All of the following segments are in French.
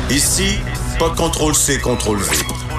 Ici, pas de contrôle-C, contrôle-V.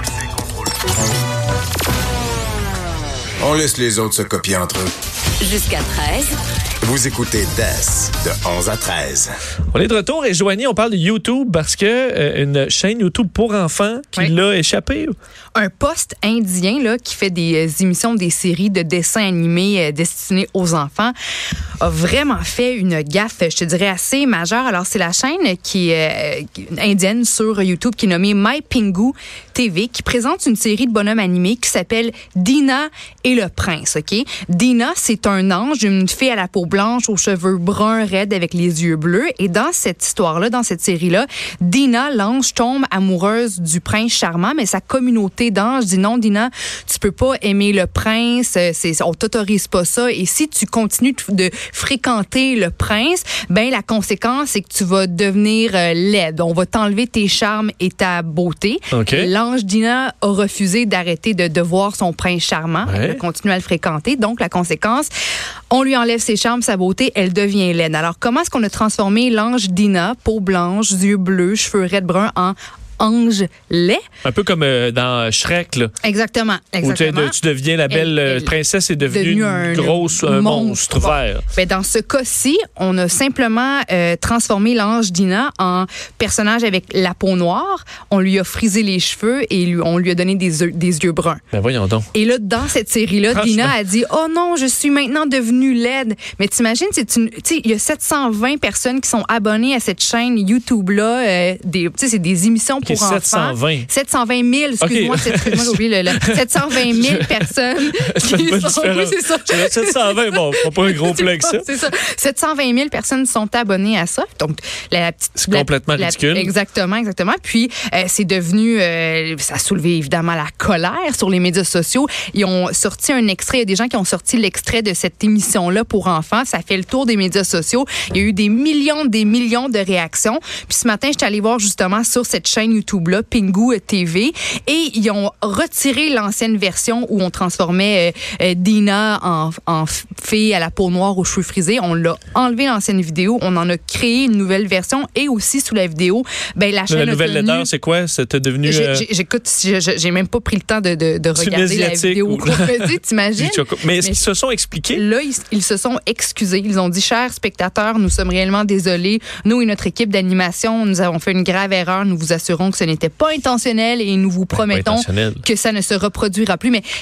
On laisse les autres se copier entre eux. Jusqu'à 13. Vous écoutez DES de 11 à 13. On est de retour et Joanie, on parle de YouTube parce que une chaîne YouTube pour enfants qui l'a échappé. Un poste indien là, qui fait des émissions, des séries de dessins animés destinés aux enfants a vraiment fait une gaffe, je te dirais, assez majeure. Alors, c'est la chaîne qui est indienne sur YouTube qui est nommée My Pingu TV qui présente une série de bonhommes animés qui s'appelle Dina et le prince. OK? Dina, c'est un ange, une fille à la peau blanche, aux cheveux bruns raides avec les yeux bleus. Et dans cette histoire-là, dans cette série-là, Dina, l'ange, tombe amoureuse du prince charmant, mais sa communauté d'anges dit non, Dina, tu peux pas aimer le prince, on t'autorise pas ça. Et si tu continues de fréquenter le prince, ben la conséquence, c'est que tu vas devenir laide. On va t'enlever tes charmes et ta beauté. Okay. L'ange Dina a refusé d'arrêter de voir son prince charmant, de continuer à le fréquenter. Donc, la conséquence, on lui enlève ses charmes, sa beauté, elle devient laide. Alors, comment est-ce qu'on a transformé l'ange Dina, peau blanche, yeux bleus, cheveux raides bruns, en ange laid? Un peu comme dans Shrek, là. Exactement. Où tu deviens la belle princesse est devenue une grosse monstre vert. Ben, dans ce cas-ci, on a simplement transformé l'ange Dina en personnage avec la peau noire. On lui a frisé les cheveux et on lui a donné des yeux bruns. Ben voyons donc. Et là, dans cette série-là, Dina a dit « Oh non, je suis maintenant devenue laide. » Mais t'imagines, il y a 720 personnes qui sont abonnées à cette chaîne YouTube-là. C'est des émissions pour enfants. 720. 720 000, excuse-moi, j'ai oublié 720 000 personnes qui sont... Oui, c'est ça. 720, bon, pas un gros plug, ça. C'est ça. 720 000 personnes sont abonnées à ça. Donc, c'est complètement ridicule. Exactement. Puis, c'est devenu... ça a soulevé, évidemment, la colère sur les médias sociaux. Ils ont sorti un extrait. Il y a des gens qui ont sorti l'extrait de cette émission-là pour enfants. Ça fait le tour des médias sociaux. Il y a eu des millions de réactions. Puis, ce matin, j'étais allée voir, justement, sur cette chaîne YouTube-là, Pingu TV, et ils ont retiré l'ancienne version où on transformait Dina en fille à la peau noire aux cheveux frisés. On l'a enlevé l'ancienne vidéo, on en a créé une nouvelle version et aussi sous la vidéo, ben la chaîne la nouvelle lettre, c'est quoi? C'était devenu... J'écoute, j'ai même pas pris le temps de regarder la vidéo. T'imagines? Mais est-ce qu'ils se sont expliqués? Là, ils se sont excusés. Ils ont dit, chers spectateurs, nous sommes réellement désolés. Nous et notre équipe d'animation, nous avons fait une grave erreur. Nous vous assurons que ce n'était pas intentionnel et nous vous promettons que ça ne se reproduira plus. Mais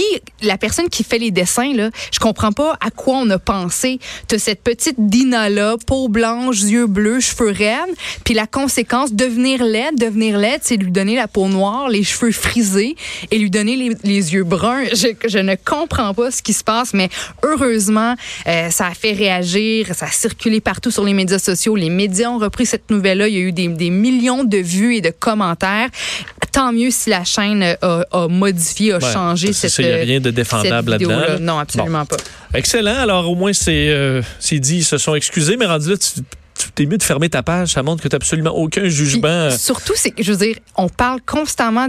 la personne qui fait les dessins, là, je comprends pas à quoi on a pensé. T'as cette petite Dina-là, peau blanche, yeux bleus, cheveux raides, puis la conséquence, devenir laide, c'est lui donner la peau noire, les cheveux frisés et lui donner les yeux bruns. Je ne comprends pas ce qui se passe, mais heureusement, ça a fait réagir, ça a circulé partout sur les médias sociaux. Les médias ont repris cette nouvelle-là. Il y a eu des millions de vues et de commentaires. Tant mieux si la chaîne a modifié, a changé cette vidéo. Il n'y a rien de défendable là-dedans. Non, absolument pas. Excellent. Alors, au moins, c'est dit, ils se sont excusés, mais rendu là, t'es mieux de fermer ta page. Ça montre que t'as absolument aucun jugement. Puis, surtout, c'est que, je veux dire, on parle constamment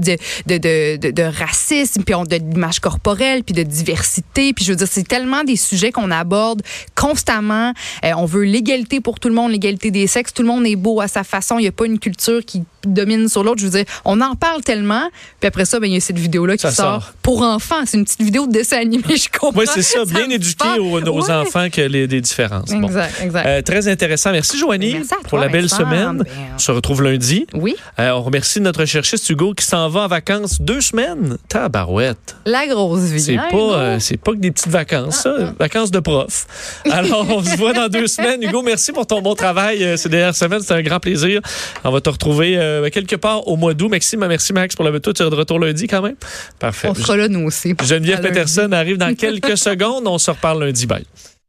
de racisme, puis d'image corporelle, puis de diversité. Puis, je veux dire, c'est tellement des sujets qu'on aborde constamment. On veut l'égalité pour tout le monde, l'égalité des sexes. Tout le monde est beau à sa façon. Il n'y a pas une culture qui domine sur l'autre. Je veux dire, on en parle tellement. Puis après ça, il y a cette vidéo-là qui sort pour enfants. C'est une petite vidéo de dessin animé, je comprends. Oui, c'est ça. Bien éduquer aux enfants que des différences. Exact. Très intéressant. Merci, Joanie, pour la belle semaine. On se retrouve lundi. Oui. On remercie notre cherchiste Hugo qui s'en va en vacances 2 semaines. Tabarouette. La grosse vie. C'est pas que des petites vacances, ça. Vacances de prof. Alors, on se voit dans 2 semaines. Hugo, merci pour ton bon travail ces dernières semaines. C'était un grand plaisir. On va te retrouver quelque part au mois d'août. Merci Max pour le retour. Tu es de retour lundi quand même? Parfait. On sera là, nous aussi. Geneviève Peterson arrive dans quelques secondes. On se reparle lundi. Bye.